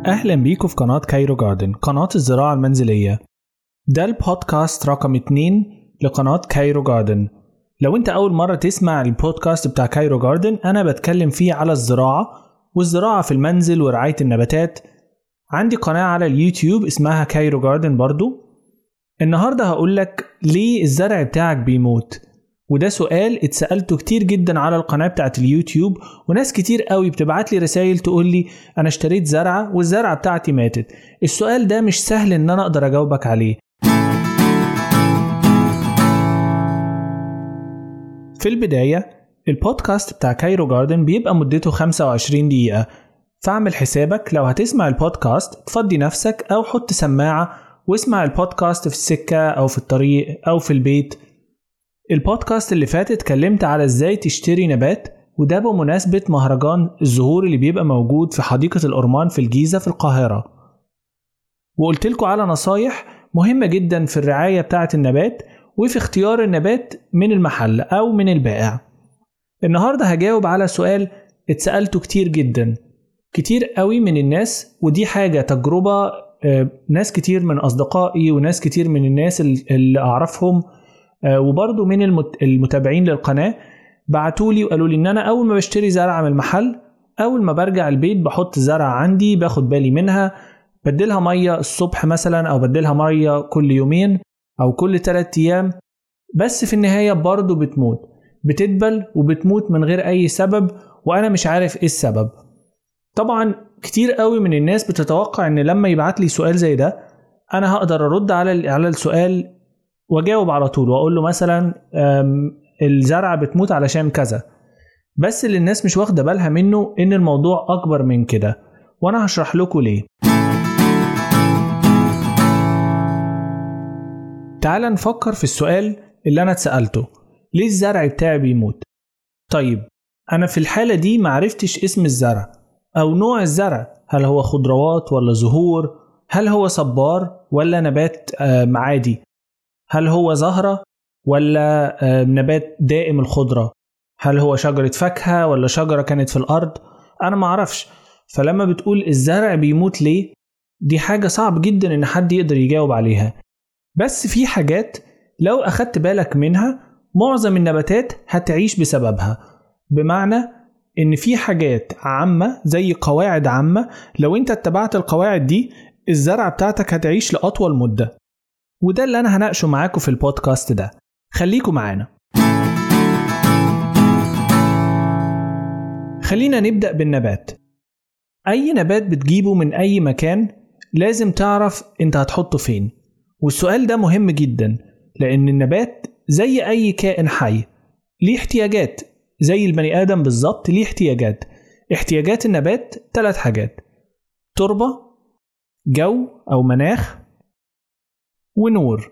أهلا بيكم في قناة كايرو جاردن، قناة الزراعة المنزلية. ده البودكاست رقم 2 لقناة كايرو جاردن. لو انت أول مرة تسمع البودكاست بتاع كايرو جاردن، أنا بتكلم فيه على الزراعة والزراعة في المنزل ورعاية النباتات. عندي قناة على اليوتيوب اسمها كايرو جاردن برضو. النهاردة هقولك ليه الزرع بتاعك بيموت، وده سؤال اتسألته كتير جدا على القناة بتاعت اليوتيوب، وناس كتير قوي بتبعت لي رسائل تقول لي أنا اشتريت زرعة والزرعة بتاعتي ماتت. السؤال ده مش سهل إن أنا أقدر أجاوبك عليه. في البداية البودكاست بتاع كايرو جاردن بيبقى مدته 25 دقيقة، فاعمل حسابك لو هتسمع البودكاست تفضي نفسك أو حط سماعة واسمع البودكاست في السكة أو في الطريق أو في البيت. البودكاست اللي فات اتكلمت على ازاي تشتري نبات، وده بمناسبة مهرجان الزهور اللي بيبقى موجود في حديقة الأورمان في الجيزة في القاهرة، وقلت لكم على نصايح مهمة جدا في الرعاية بتاعة النبات وفي اختيار النبات من المحل أو من البائع. النهاردة هجاوب على سؤال اتسألته كتير جدا، كتير قوي من الناس، ودي حاجة تجربة ناس كتير من أصدقائي وناس كتير من الناس اللي أعرفهم وبرضو من المتابعين للقناة بعتولي وقالوا لي ان انا اول ما بشتري زرعة من المحل، اول ما برجع البيت بحط زرعة عندي، باخد بالي منها، بدلها مية الصبح مثلا او بدلها مية كل يومين او كل 3 ايام، بس في النهاية برضو بتموت، بتدبل وبتموت من غير اي سبب، وانا مش عارف ايه السبب. طبعا كتير قوي من الناس بتتوقع ان لما يبعت لي سؤال زي ده انا هقدر ارد على السؤال واجاوب على طول واقول له مثلا الزرعة بتموت علشان كذا، بس اللي الناس مش واخدة بالها منه ان الموضوع اكبر من كده، وانا هشرح لكم ليه. تعال نفكر في السؤال اللي انا اتسألته، ليه الزرع بتاعي بيموت؟ طيب انا في الحالة دي معرفتش اسم الزرع او نوع الزرع، هل هو خضروات ولا زهور، هل هو صبار ولا نبات عادي، هل هو زهرة ولا نبات دائم الخضرة، هل هو شجرة فاكهة ولا شجرة كانت في الأرض، أنا معرفش. فلما بتقول الزرع بيموت ليه، دي حاجة صعب جدا إن حد يقدر يجاوب عليها. بس في حاجات لو أخدت بالك منها معظم النباتات هتعيش بسببها، بمعنى إن في حاجات عامة زي قواعد عامة لو أنت اتبعت القواعد دي الزرع بتاعتك هتعيش لأطول مدة، وده اللي أنا هناقشه معاكم في البودكاست ده. خليكم معانا. خلينا نبدأ بالنبات. أي نبات بتجيبه من أي مكان لازم تعرف أنت هتحطه فين، والسؤال ده مهم جدا لأن النبات زي أي كائن حي ليه احتياجات، زي البني آدم بالظبط ليه احتياجات. احتياجات النبات 3 حاجات: تربة، جو أو مناخ، ونور.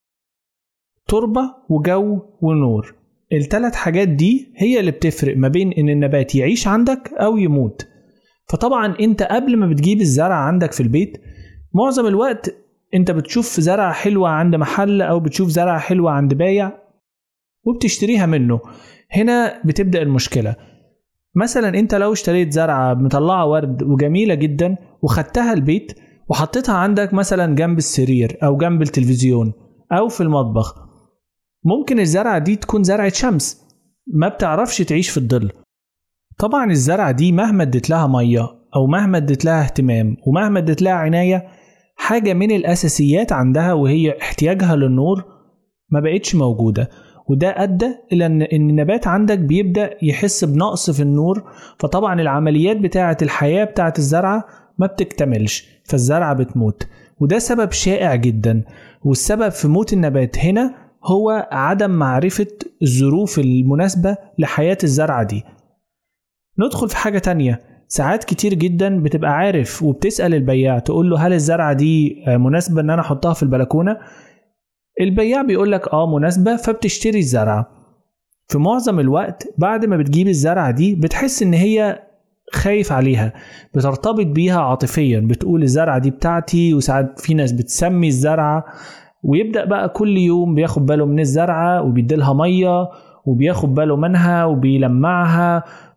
تربة وجو ونور، ال3 حاجات دي هي اللي بتفرق ما بين ان النبات يعيش عندك او يموت. فطبعا انت قبل ما بتجيب الزرع عندك في البيت معظم الوقت انت بتشوف زرع حلوة عند محل او بتشوف زرع حلوة عند بايع وبتشتريها منه. هنا بتبدأ المشكلة. مثلا انت لو اشتريت زرعة مطلعة ورد وجميلة جدا وخدتها البيت وحطيتها عندك مثلا جنب السرير او جنب التلفزيون او في المطبخ، ممكن الزرعة دي تكون زرعة شمس ما بتعرفش تعيش في الظل. طبعا الزرعة دي مهما اديت لها مية او مهما اديت لها اهتمام ومهما اديت لها عناية، حاجة من الاساسيات عندها وهي احتياجها للنور ما بقتش موجودة، وده ادى الى ان النبات عندك بيبدأ يحس بنقص في النور. فطبعا العمليات بتاعة الحياة بتاعة الزرعة ما بتكتملش، فالزرعة بتموت، وده سبب شائع جدا. والسبب في موت النبات هنا هو عدم معرفة الظروف المناسبة لحياة الزرعة دي. ندخل في حاجة تانية، ساعات كتير جدا بتبقى عارف وبتسأل البياع تقول له هل الزرعة دي مناسبة ان انا احطها في البلكونة؟ البياع بيقولك مناسبة، فبتشتري الزرعة. في معظم الوقت بعد ما بتجيب الزرعة دي بتحس ان هي خايف عليها، بترتبط بيها عاطفيا، بتقول الزرعة دي بتاعتي، وساعات في ناس بتسمي الزرعة، ويبدأ بقى كل يوم بياخد باله من الزرعة وبيديلها مية وبياخد باله منها وبيلمعها.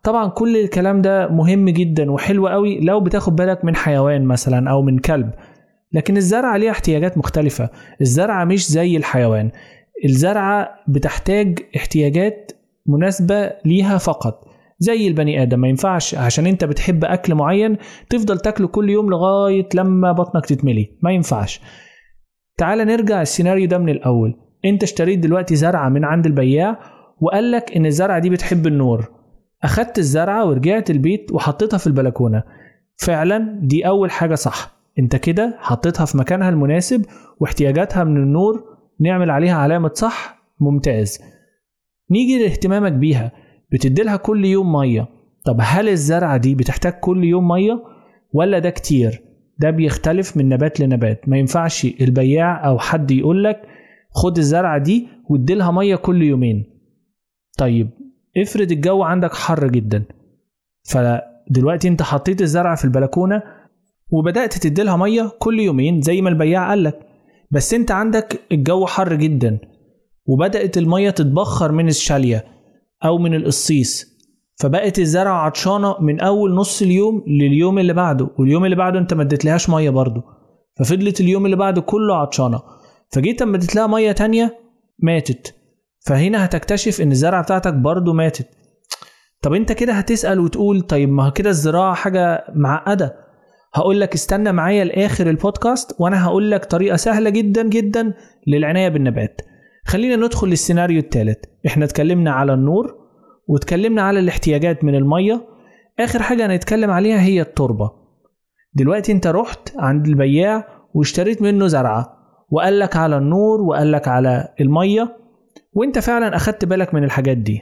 طبعا كل الكلام ده مهم جدا وحلو قوي لو بتاخد بالك من حيوان مثلا أو من كلب، لكن الزرعة ليها احتياجات مختلفة. الزرعة مش زي الحيوان، الزرعة بتحتاج احتياجات مناسبة ليها فقط. زي البني آدم، ما ينفعش عشان انت بتحب أكل معين تفضل تاكله كل يوم لغاية لما بطنك تتملي، ما ينفعش. تعال نرجع السيناريو ده من الأول. انت اشتريت دلوقتي زرعة من عند البياع وقالك ان الزرعة دي بتحب النور. أخدت الزرعة ورجعت البيت وحطيتها في البلكونة. فعلا دي أول حاجة صح، انت كده حطيتها في مكانها المناسب واحتياجاتها من النور نعمل عليها علامة صح، ممتاز. نيجي لاهتمامك بيها، بتديلها كل يوم مية. طب هل الزرعة دي بتحتاج كل يوم مية ولا ده كتير؟ ده بيختلف من نبات لنبات. ما ينفعش البياع أو حد يقولك خد الزرعة دي واديلها مية كل يومين. طيب افرض الجو عندك حر جدا، فدلوقتي انت حطيت الزرعة في البلكونة وبدأت تديلها مية كل يومين زي ما البياع قالك، بس انت عندك الجو حر جدا وبدأت المية تتبخر من الشالية أو من القصيص، فبقت الزرعة عطشانة من أول نص اليوم لليوم اللي بعده، واليوم اللي بعده انت ما اديتلهاش مية برضو، ففضلت اليوم اللي بعده كله عطشانة. فجيت اما اديتلها مية تانية ماتت، فهنا هتكتشف ان الزرعة بتاعتك برضو ماتت. طب انت كده هتسأل وتقول طيب ما كده الزراعة حاجة معقدة. هقولك استنى معايا لآخر البودكاست وانا هقولك طريقة سهلة جدا جدا للعناية بالنبات. خلينا ندخل للسيناريو الثالث. احنا اتكلمنا على النور واتكلمنا على الاحتياجات من المية، اخر حاجة هنتكلم عليها هي التربة. دلوقتي انت رحت عند البياع واشتريت منه زرعة وقالك على النور وقالك على المية، وانت فعلا اخدت بالك من الحاجات دي.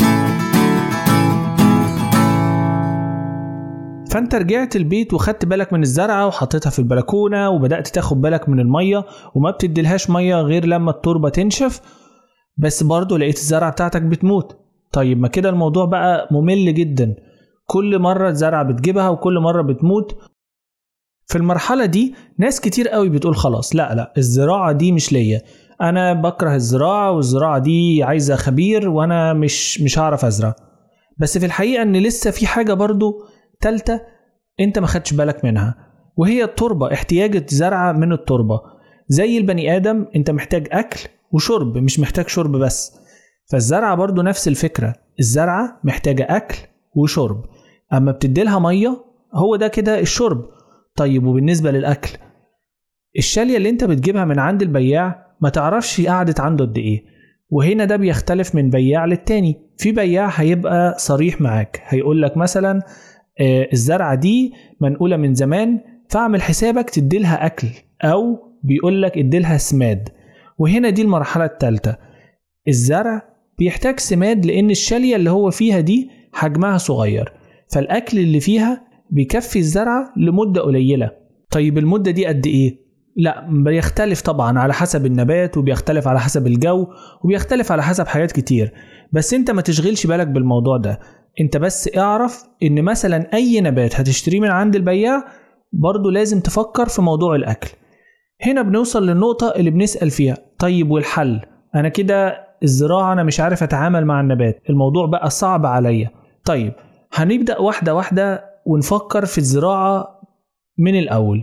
فانت رجعت البيت وخدت بالك من الزرعة وحطيتها في البلكونة وبدأت تاخد بالك من المية وما بتديلهاش مية غير لما التربة تنشف، بس برضو لقيت الزرعة بتاعتك بتموت. طيب ما كده الموضوع بقى ممل جدا، كل مرة الزرعة بتجيبها وكل مرة بتموت. في المرحلة دي ناس كتير قوي بتقول خلاص لا الزراعة دي مش ليا، انا بكره الزراعة والزراعة دي عايزة خبير وانا مش هعرف ازرع. بس في الحقيقة ان لسه في حاجة برضو تالتة انت ما خدش بالك منها، وهي التربة. احتياج الزرعة من التربة زي البني آدم، انت محتاج اكل وشرب، مش محتاج شرب بس. فالزرعة برضو نفس الفكرة، الزرعة محتاجة اكل وشرب، اما بتديلها مية هو ده كده الشرب. طيب وبالنسبة للاكل، الشالية اللي انت بتجيبها من عند البياع ما تعرفش قعدت عنده قد ايه، وهنا ده بيختلف من بياع للتاني. في بياع هيبقى صريح معاك، هيقولك مثلا الزرعة دي منقولة من زمان فاعمل حسابك تديلها أكل، أو بيقولك اديلها سماد. وهنا دي المرحلة الثالثة، الزرع بيحتاج سماد لأن الشالية اللي هو فيها دي حجمها صغير، فالأكل اللي فيها بيكفي الزرعة لمدة قليلة. طيب المدة دي قد إيه؟ لا بيختلف طبعا على حسب النبات، وبيختلف على حسب الجو، وبيختلف على حسب حاجات كتير، بس انت ما تشغلش بالك بالموضوع ده. انت بس اعرف ان مثلا اي نبات هتشتريه من عند البياع برضو لازم تفكر في موضوع الاكل. هنا بنوصل للنقطة اللي بنسأل فيها طيب والحل؟ انا كده الزراعة انا مش عارف اتعامل مع النبات، الموضوع بقى صعب عليا. طيب هنبدأ واحدة واحدة ونفكر في الزراعة من الاول.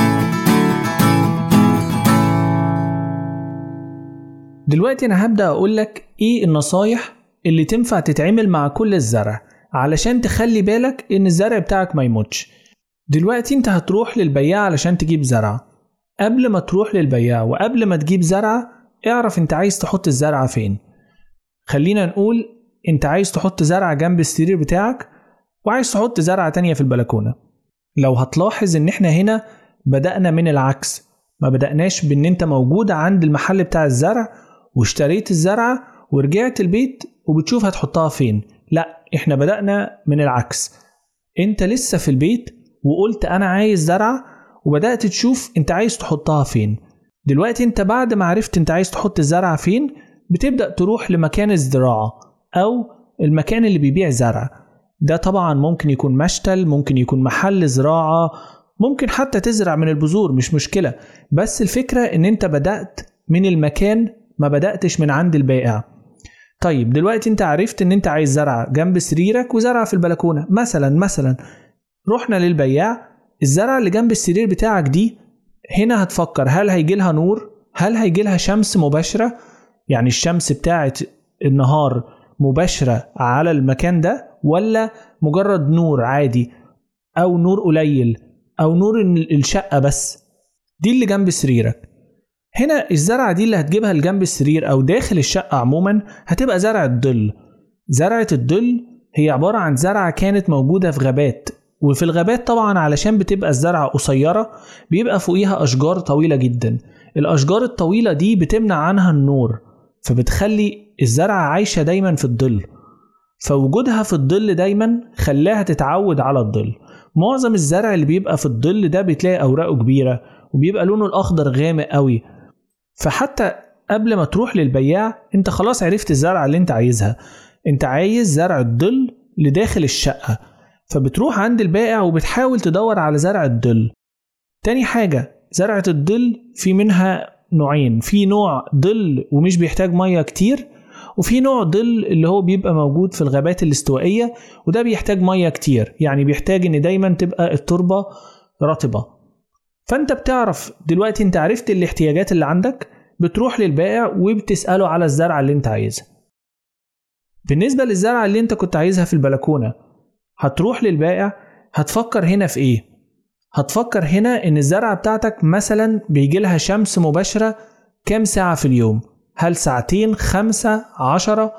دلوقتي انا هبدأ اقولك ايه النصايح اللي تنفع تتعمل مع كل الزرع علشان تخلي بالك ان الزرع بتاعك ما يموتش. دلوقتي انت هتروح للبياع علشان تجيب زرع. قبل ما تروح للبياع وقبل ما تجيب زرع اعرف انت عايز تحط الزرع فين. خلينا نقول انت عايز تحط زرع جنب السرير بتاعك وعايز تحط زرعة تانية في البلكونة. لو هتلاحظ ان احنا هنا بدأنا من العكس، ما بدأناش بان انت موجود عند المحل بتاع الزرع واشتريت الزرعة ورجعت البيت وبتشوف هتحطها فين. لا احنا بدأنا من العكس، انت لسه في البيت وقلت انا عايز زرعة وبدأت تشوف انت عايز تحطها فين. دلوقتي انت بعد ما عرفت انت عايز تحط الزرعة فين بتبدأ تروح لمكان الزراعة او المكان اللي بيبيع زرع. ده طبعا ممكن يكون مشتل، ممكن يكون محل زراعة، ممكن حتى تزرع من البذور، مش مشكلة. بس الفكرة ان انت بدأت من المكان، ما بدأتش من عند البائع. طيب دلوقتي انت عرفت ان انت عايز زرعة جنب سريرك وزرعة في البلكونة. مثلا رحنا للبياع، الزرعة اللي جنب السرير بتاعك دي هنا هتفكر هل هيجي لها نور، هل هيجي لها شمس مباشرة، يعني الشمس بتاعت النهار مباشرة على المكان ده، ولا مجرد نور عادي او نور قليل او نور الشقة بس. دي اللي جنب سريرك. هنا الزرعة دي اللي هتجيبها لجنب السرير او داخل الشقة عموما هتبقى زرعة ظل. زرعة الظل هي عبارة عن زرعة كانت موجودة في غابات، وفي الغابات طبعا علشان بتبقى الزرعة قصيرة بيبقى فوقيها أشجار طويلة جدا. الأشجار الطويلة دي بتمنع عنها النور، فبتخلي الزرعة عايشة دايما في الظل، فوجودها في الظل دايما خلاها تتعود على الظل. معظم الزرع اللي بيبقى في الظل ده بتلاقي أوراقه كبيرة وبيبقى لونه الأخضر غامق قوي. فحتى قبل ما تروح للبياع انت خلاص عرفت الزرعة اللي انت عايزها. انت عايز زرع الظل لداخل الشقة، فبتروح عند البائع وبتحاول تدور على زرع الظل. تاني حاجة، زرعة الظل في منها نوعين، في نوع ظل ومش بيحتاج مية كتير، وفي نوع ظل اللي هو بيبقى موجود في الغابات الاستوائية وده بيحتاج مية كتير، يعني بيحتاج ان دايما تبقى التربة رطبة. فانت بتعرف دلوقتي انت عرفت الاحتياجات اللي عندك، بتروح للبائع وبتسأله على الزرعة اللي انت عايزها. بالنسبة للزرعة اللي انت كنت عايزها في البلكونة، هتروح للبائع هتفكر هنا في ايه؟ هتفكر هنا ان الزرعة بتاعتك مثلا بيجي لها شمس مباشرة كام ساعة في اليوم؟ هل ساعتين، 5، 10؟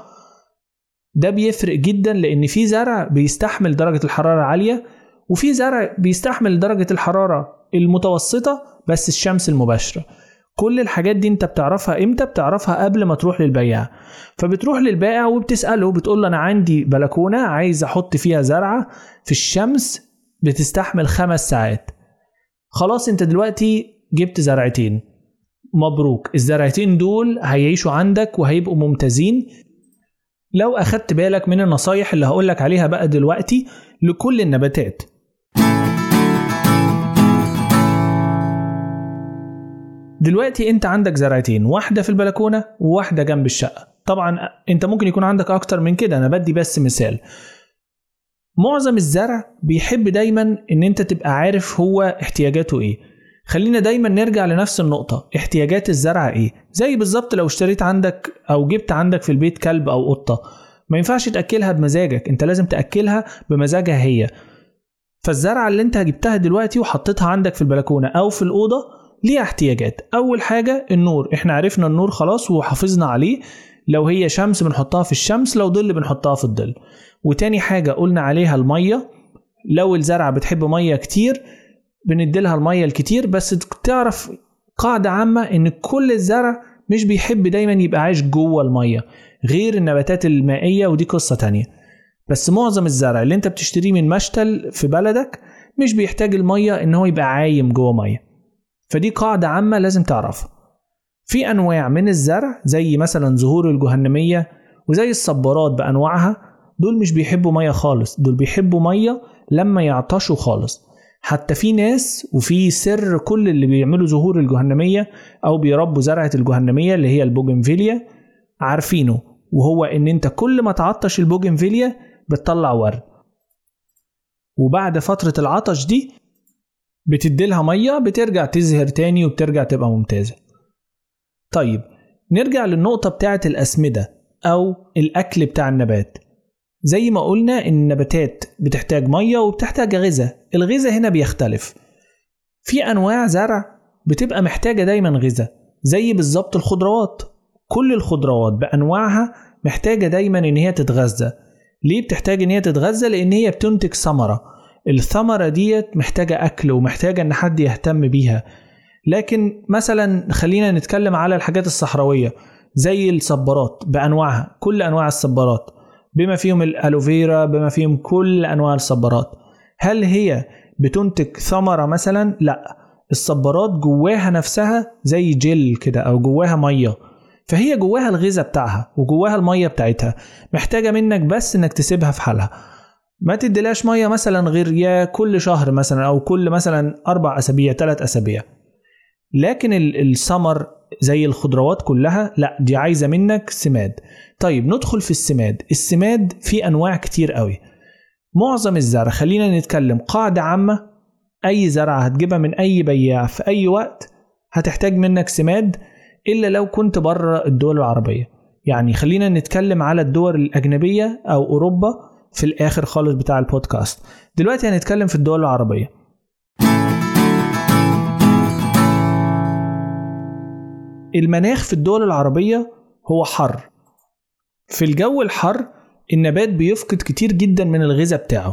ده بيفرق جدا، لان في زرع بيستحمل درجة الحرارة عالية، وفي زرع بيستحمل درجة الحرارة المتوسطة بس الشمس المباشرة. كل الحاجات دي انت بتعرفها امتى؟ بتعرفها قبل ما تروح للبياع. فبتروح للبائع وبتسأله، بتقول له انا عندي بلكونة عايز احط فيها زرعة في الشمس بتستحمل 5 ساعات. خلاص انت دلوقتي جبت زرعتين، مبروك، الزرعتين دول هيعيشوا عندك وهيبقوا ممتازين لو اخدت بالك من النصايح اللي هقولك عليها بقى دلوقتي لكل النباتات. دلوقتي انت عندك زرعتين، واحدة في البلكونة وواحدة جنب الشقة. طبعا انت ممكن يكون عندك اكتر من كده، انا بدي بس مثال. معظم الزرع بيحب دايما ان انت تبقى عارف هو احتياجاته ايه. خلينا دايما نرجع لنفس النقطة، احتياجات الزرع ايه. زي بالظبط لو اشتريت عندك او جبت عندك في البيت كلب او قطة، ما ينفعش تأكلها بمزاجك، انت لازم تأكلها بمزاجها هي. فالزرعة اللي انت جبتها دلوقتي وحطيتها عندك في البلكونة او في الأوضة ليها احتياجات. اول حاجة النور، احنا عرفنا النور خلاص وحافظنا عليه، لو هي شمس بنحطها في الشمس، لو ظل بنحطها في الظل. وتاني حاجة قلنا عليها المية، لو الزرعة بتحب مية كتير بنديلها المية الكتير. بس تعرف قاعدة عامة ان كل الزرع مش بيحب دايما يبقى عايش جوه المية، غير النباتات المائية ودي قصة تانية. بس معظم الزرع اللي انت بتشتريه من مشتل في بلدك مش بيحتاج المية ان هو يبقى عايم جوه مية. فدي قاعدة عامة لازم تعرفها. في أنواع من الزرع زي مثلا زهور الجهنمية وزي الصبارات بأنواعها، دول مش بيحبوا مية خالص، دول بيحبوا مية لما يعطشوا خالص. حتى في ناس، وفي سر كل اللي بيعملوا زهور الجهنمية أو بيربوا زرعة الجهنمية اللي هي البوجنفيليا عارفينه، وهو إن أنت كل ما تعطش البوجنفيليا بتطلع ورد، وبعد فترة العطش دي بتديلها مية بترجع تزهر تاني وبترجع تبقى ممتازة. طيب نرجع للنقطة بتاعة الأسمدة أو الأكل بتاع النبات. زي ما قلنا إن النباتات بتحتاج مية وبتحتاج غذاء. الغذاء هنا بيختلف، في أنواع زرع بتبقى محتاجة دايما غذاء، زي بالظبط الخضروات. كل الخضروات بأنواعها محتاجة دايما إن هي تتغذى. ليه بتحتاج إن هي تتغذى؟ لأن هي بتنتج ثمرة، الثمرة ديت محتاجة أكل ومحتاجة إن حد يهتم بيها. لكن مثلا خلينا نتكلم على الحاجات الصحراوية زي الصبارات بأنواعها، كل أنواع الصبارات بما فيهم الألوفيرا، بما فيهم كل أنواع الصبارات. هل هي بتنتج ثمرة مثلا؟ لا، الصبارات جواها نفسها زي جل كده أو جواها مية، فهي جواها الغذاء بتاعها وجواها المية بتاعتها، محتاجة منك بس إنك تسيبها في حالها. ما تديلاش مية مثلا غير يا كل شهر مثلا أو كل مثلا 4 أسابيع 3 أسابيع. لكن الثمر زي الخضروات كلها، لا دي عايزة منك سماد. طيب ندخل في السماد. السماد في أنواع كتير قوي. معظم الزرع، خلينا نتكلم قاعدة عامة، أي زرعة هتجيبها من أي بياع في أي وقت هتحتاج منك سماد، إلا لو كنت بره الدول العربية. يعني خلينا نتكلم على الدول الأجنبية أو أوروبا في الآخر خالص بتاع البودكاست. دلوقتي هنتكلم في الدول العربية. المناخ في الدول العربية هو حر. في الجو الحر النبات بيفقد كتير جدا من الغذاء بتاعه،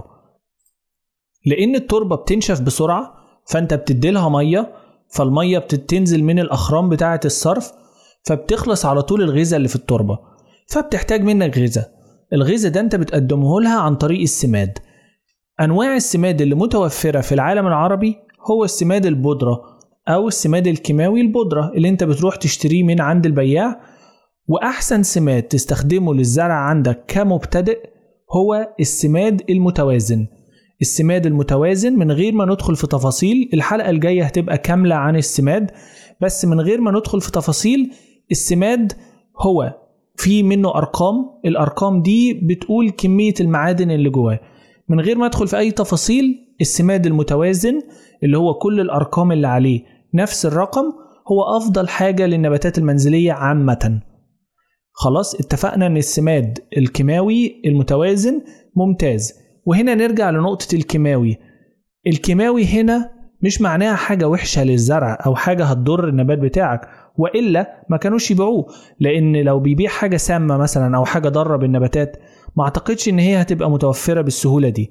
لأن التربة بتنشف بسرعة، فأنت بتديلها مية، فالمية بتنزل من الأخرام بتاعة الصرف، فبتخلص على طول الغذاء اللي في التربة، فبتحتاج منك غذاء. الغذاء ده أنت بتقدمه لها عن طريق السماد. أنواع السماد اللي متوفرة في العالم العربي هو السماد البودرة أو السماد الكيماوي البودرة اللي أنت بتروح تشتريه من عند البياع. وأحسن سماد تستخدمه للزرع عندك كمبتدئ هو السماد المتوازن. السماد المتوازن، من غير ما ندخل في تفاصيل، الحلقة الجاية هتبقى كاملة عن السماد، بس من غير ما ندخل في تفاصيل، السماد هو في منه أرقام، الأرقام دي بتقول كمية المعادن اللي جواه. من غير ما ادخل في أي تفاصيل، السماد المتوازن اللي هو كل الأرقام اللي عليه نفس الرقم هو أفضل حاجة للنباتات المنزلية عامة. خلاص اتفقنا ان السماد الكيماوي المتوازن ممتاز. وهنا نرجع لنقطة الكيماوي. الكيماوي هنا مش معناها حاجة وحشة للزرع أو حاجة هتضر النبات بتاعك، وإلا ما كانوش يبيعوه، لأن لو بيبيع حاجة سامة مثلا أو حاجة ضارة بالنباتات ما أعتقدش إن هي هتبقى متوفرة بالسهولة دي.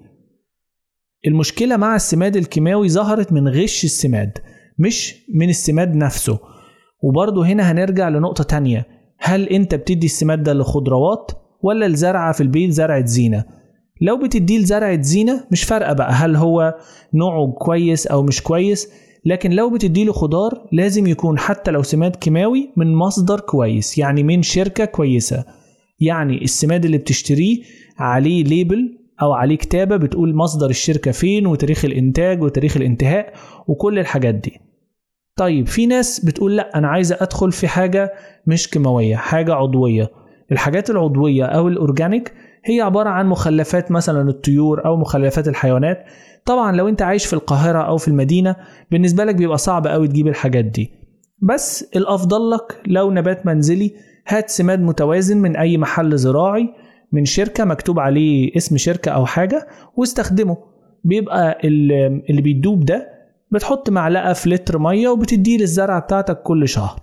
المشكلة مع السماد الكيماوي ظهرت من غش السماد مش من السماد نفسه. وبرضه هنا هنرجع لنقطة تانية، هل انت بتدي السماد ده لخضروات ولا الزرعة في البيت زرعة زينة؟ لو بتدي لزرعة زينة مش فارقة بقى هل هو نوعه كويس او مش كويس، لكن لو بتدي له خضار لازم يكون حتى لو سماد كيماوي من مصدر كويس، يعني من شركة كويسة. يعني السماد اللي بتشتريه عليه ليبل او عليه كتابة بتقول مصدر الشركة فين وتاريخ الانتاج وتاريخ الانتهاء وكل الحاجات دي. طيب في ناس بتقول لا أنا عايزة أدخل في حاجة مش كيماوية، حاجة عضوية. الحاجات العضوية أو الأورجانيك هي عبارة عن مخلفات مثلا الطيور أو مخلفات الحيوانات. طبعا لو أنت عايش في القاهرة أو في المدينة بالنسبة لك بيبقى صعب أوي تجيب الحاجات دي، بس الأفضل لك لو نبات منزلي هات سماد متوازن من أي محل زراعي من شركة مكتوب عليه اسم شركة أو حاجة واستخدمه. بيبقى اللي بيدوب ده بتحط معلقة في لتر مية وبتديه للزرعة بتاعتك كل شهر.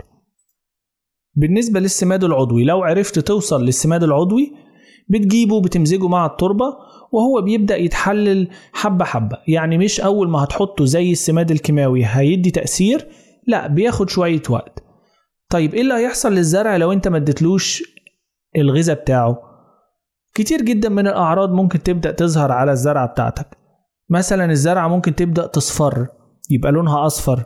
بالنسبة للسماد العضوي، لو عرفت توصل للسماد العضوي بتجيبه بتمزجه مع التربة وهو بيبدأ يتحلل حبة حبة، يعني مش أول ما هتحطه زي السماد الكيماوي هيدي تأثير، لا بياخد شوية وقت. طيب إيه اللي هيحصل للزرع لو أنت مدتلوش الغذاء بتاعه؟ كتير جدا من الأعراض ممكن تبدأ تظهر على الزرعة بتاعتك. مثلا الزرعة ممكن تبدأ تصفر، يبقى لونها أصفر،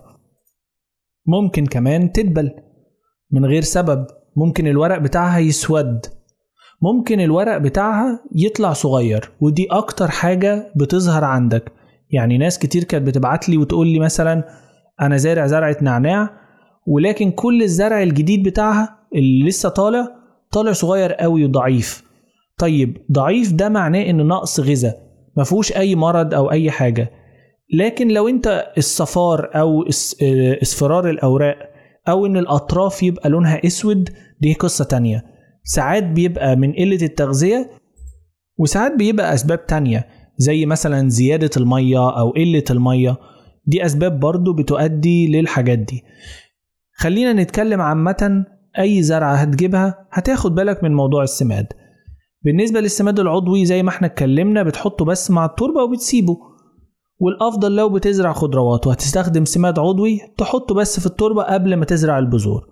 ممكن كمان تدبل من غير سبب، ممكن الورق بتاعها يسود، ممكن الورق بتاعها يطلع صغير، ودي أكتر حاجة بتظهر عندك. يعني ناس كتير كانت بتبعت لي وتقول لي مثلا أنا زارع زرعة نعناع ولكن كل الزرع الجديد بتاعها اللي لسه طالع صغير قوي وضعيف. طيب ضعيف ده معناه إن نقص غذاء، مفهوش أي مرض أو أي حاجة. لكن لو انت الصفار او اصفرار الاوراق او ان الاطراف يبقى لونها اسود، دي قصة تانية. ساعات بيبقى من قلة التغذية وساعات بيبقى اسباب تانية زي مثلا زيادة المية او قلة المية، دي اسباب برضو بتؤدي للحاجات دي. خلينا نتكلم عامة، اي زرعة هتجيبها هتاخد بالك من موضوع السماد. بالنسبة للسماد العضوي زي ما احنا اتكلمنا بتحطه بس مع التربة وبتسيبه، والأفضل لو بتزرع خضروات وهتستخدم سماد عضوي تحطه بس في التربة قبل ما تزرع البذور.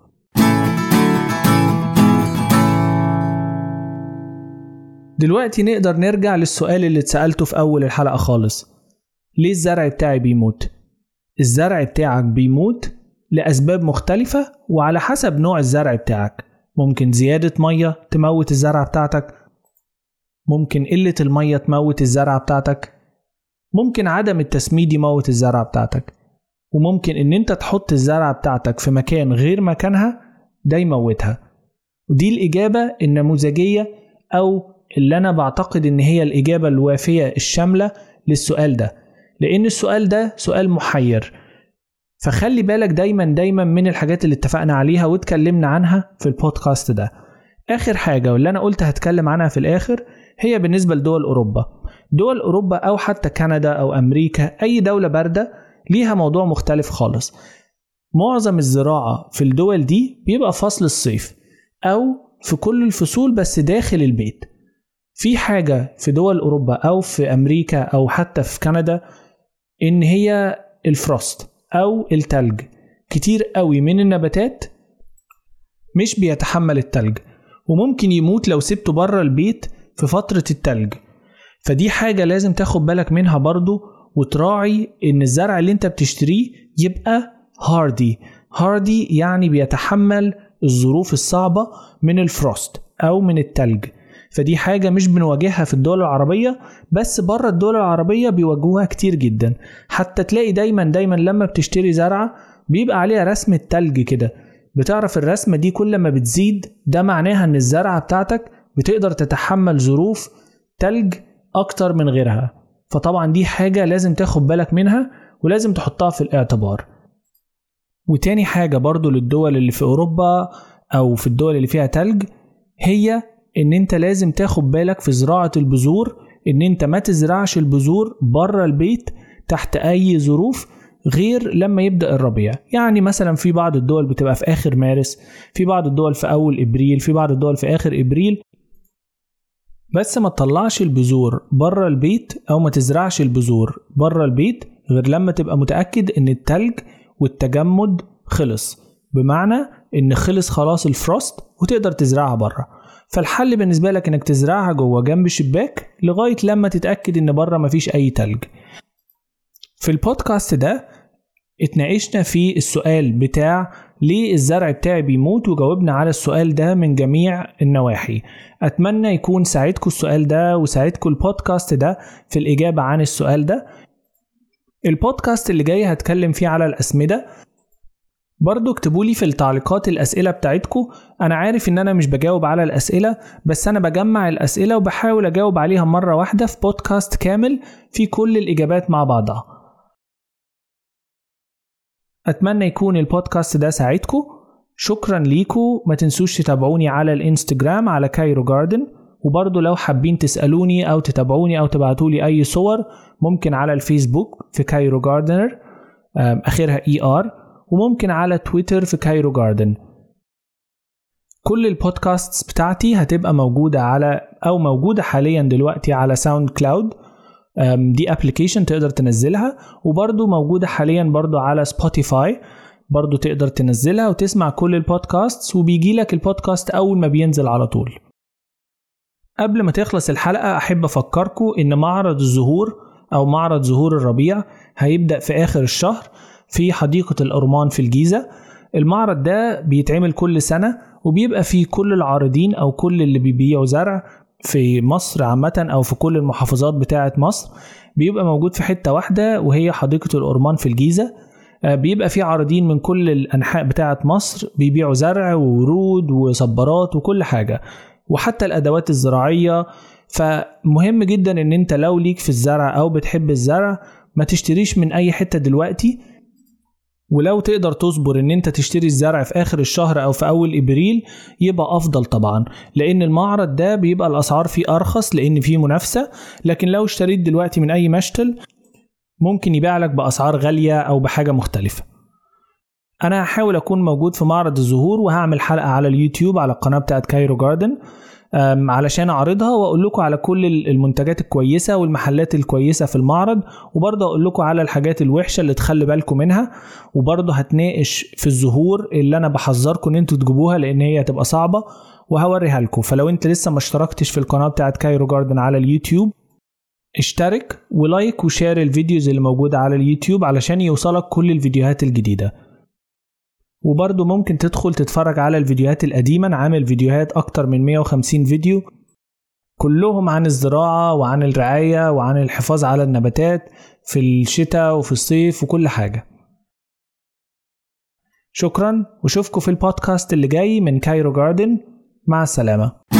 دلوقتي نقدر نرجع للسؤال اللي اتسألته في أول الحلقة خالص، ليه الزرع بتاعي بيموت؟ الزرع بتاعك بيموت لأسباب مختلفة وعلى حسب نوع الزرع بتاعك. ممكن زيادة مية تموت الزرعة بتاعتك، ممكن قلة المية تموت الزرعة بتاعتك، ممكن عدم التسميد يموت الزرعة بتاعتك، وممكن ان انت تحط الزرعة بتاعتك في مكان غير مكانها ده يموتها. ودي الإجابة النموذجية أو اللي أنا بعتقد ان هي الإجابة الوافية الشاملة للسؤال ده، لأن السؤال ده سؤال محير. فخلي بالك دايما من الحاجات اللي اتفقنا عليها واتكلمنا عنها في البودكاست ده. آخر حاجة واللي أنا قلت هتكلم عنها في الآخر هي بالنسبة لدول أوروبا. دول أوروبا أو حتى كندا أو أمريكا، أي دولة باردة ليها موضوع مختلف خالص. معظم الزراعة في الدول دي بيبقى فصل الصيف أو في كل الفصول بس داخل البيت. في حاجة في دول أوروبا أو في أمريكا أو حتى في كندا إن هي الفروست أو التلج. كتير قوي من النباتات مش بيتحمل التلج وممكن يموت لو سبته بره البيت في فترة التلج. فدي حاجة لازم تاخد بالك منها برضو، وتراعي إن الزرع اللي انت بتشتريه يبقى هاردي يعني بيتحمل الظروف الصعبة من الفروست أو من التلج. فدي حاجة مش بنواجهها في الدول العربية بس بره الدول العربية بيواجهوها كتير جدا. حتى تلاقي دايما لما بتشتري زرعة بيبقى عليها رسمة تلج كده، بتعرف الرسمة دي كل ما بتزيد ده معناها ان الزرعة بتاعتك بتقدر تتحمل ظروف تلج اكتر من غيرها. فطبعا دي حاجة لازم تاخد بالك منها ولازم تحطها في الاعتبار. وتاني حاجة برضو للدول اللي في اوروبا او في الدول اللي فيها تلج هي ان انت لازم تاخد بالك في زراعة البذور، ان انت ما تزرعش البذور بره البيت تحت اي ظروف غير لما يبدأ الربيع. يعني مثلا في بعض الدول بتبقى في آخر مارس، في بعض الدول في أول إبريل، في بعض الدول في آخر إبريل. بس ما تطلعش البذور بره البيت أو ما تزرعش البذور بره البيت غير لما تبقى متأكد إن التلج والتجمد خلص، بمعنى إن خلص خلاص الفروست وتقدر تزرعها بره. فالحل بالنسبة لك إنك تزرعها جوه جنب الشباك لغاية لما تتأكد إن بره مفيش أي تلج. في البودكاست ده اتناقشنا في السؤال بتاع ليه الزرع بتاعي بيموت، وجاوبنا على السؤال ده من جميع النواحي. أتمنى يكون ساعدكم السؤال ده وساعدكم البودكاست ده في الإجابة عن السؤال ده. البودكاست اللي جاي هتكلم فيه على الأسمدة. برضو اكتبولي في التعليقات الأسئلة بتاعتكم. أنا عارف إن أنا مش بجاوب على الأسئلة بس أنا بجمع الأسئلة وبحاول أجاوب عليها مرة واحدة في بودكاست كامل في كل الإجابات مع بعضها. أتمنى يكون البودكاست ده ساعدكم. شكرا ليكم. ما تنسوش تتابعوني على الانستجرام على كايرو جاردن، وبرضو لو حابين تسألوني أو تتابعوني أو تبعتولي أي صور ممكن على الفيسبوك في كايرو جاردنر آخرها ER، وممكن على تويتر في كايرو جاردن. كل البودكاست بتاعتي هتبقى موجودة حاليا دلوقتي على ساوند كلاود. دي ابليكيشن تقدر تنزلها، وبرضو موجودة حاليا برضو على سبوتيفاي، برضو تقدر تنزلها وتسمع كل البودكاست وبيجي لك البودكاست أول ما بينزل على طول. قبل ما تخلص الحلقة أحب أفكركم إن معرض الزهور أو معرض زهور الربيع هيبدأ في آخر الشهر في حديقة الأورمان في الجيزة. المعرض ده بيتعمل كل سنة وبيبقى فيه كل العارضين أو كل اللي بيبيعوا زرع في مصر عامة أو في كل المحافظات بتاعة مصر بيبقى موجود في حتة واحدة وهي حديقة الأورمان في الجيزة. بيبقى فيه عارضين من كل الأنحاء بتاعة مصر بيبيعوا زرع وورود وصبارات وكل حاجة وحتى الأدوات الزراعية. فمهم جدا إن أنت لو ليك في الزرع أو بتحب الزرع ما تشتريش من أي حتة دلوقتي، ولو تقدر تصبر ان انت تشتري الزرع في اخر الشهر او في اول ابريل يبقى افضل طبعا، لان المعرض ده بيبقى الاسعار فيه ارخص لان فيه منافسة. لكن لو اشتريت دلوقتي من اي مشتل ممكن يبيع لك باسعار غالية او بحاجة مختلفة. انا هحاول اكون موجود في معرض الزهور وهعمل حلقة على اليوتيوب على القناة بتاعت كايرو جاردن علشان أعرضها وأقول لكم على كل المنتجات الكويسة والمحلات الكويسة في المعرض، وبرضه أقول لكم على الحاجات الوحشة اللي تخلي بالكم منها. وبرضه هتناقش في الزهور اللي أنا بحذركم إن أنتوا تجيبوها لأن هي هتبقى صعبة وهوريها لكم. فلو أنت لسه ما اشتركتش في القناة بتاعت كايرو جاردن على اليوتيوب اشترك ولايك وشير الفيديوز اللي موجودة على اليوتيوب علشان يوصلك كل الفيديوهات الجديدة. وبرضو ممكن تدخل تتفرج على الفيديوهات القديمة. أنا عامل فيديوهات أكتر من 150 فيديو كلهم عن الزراعة وعن الرعاية وعن الحفاظ على النباتات في الشتاء وفي الصيف وكل حاجة. شكرا، وشوفكوا في البودكاست اللي جاي من كايرو جاردن. مع السلامة.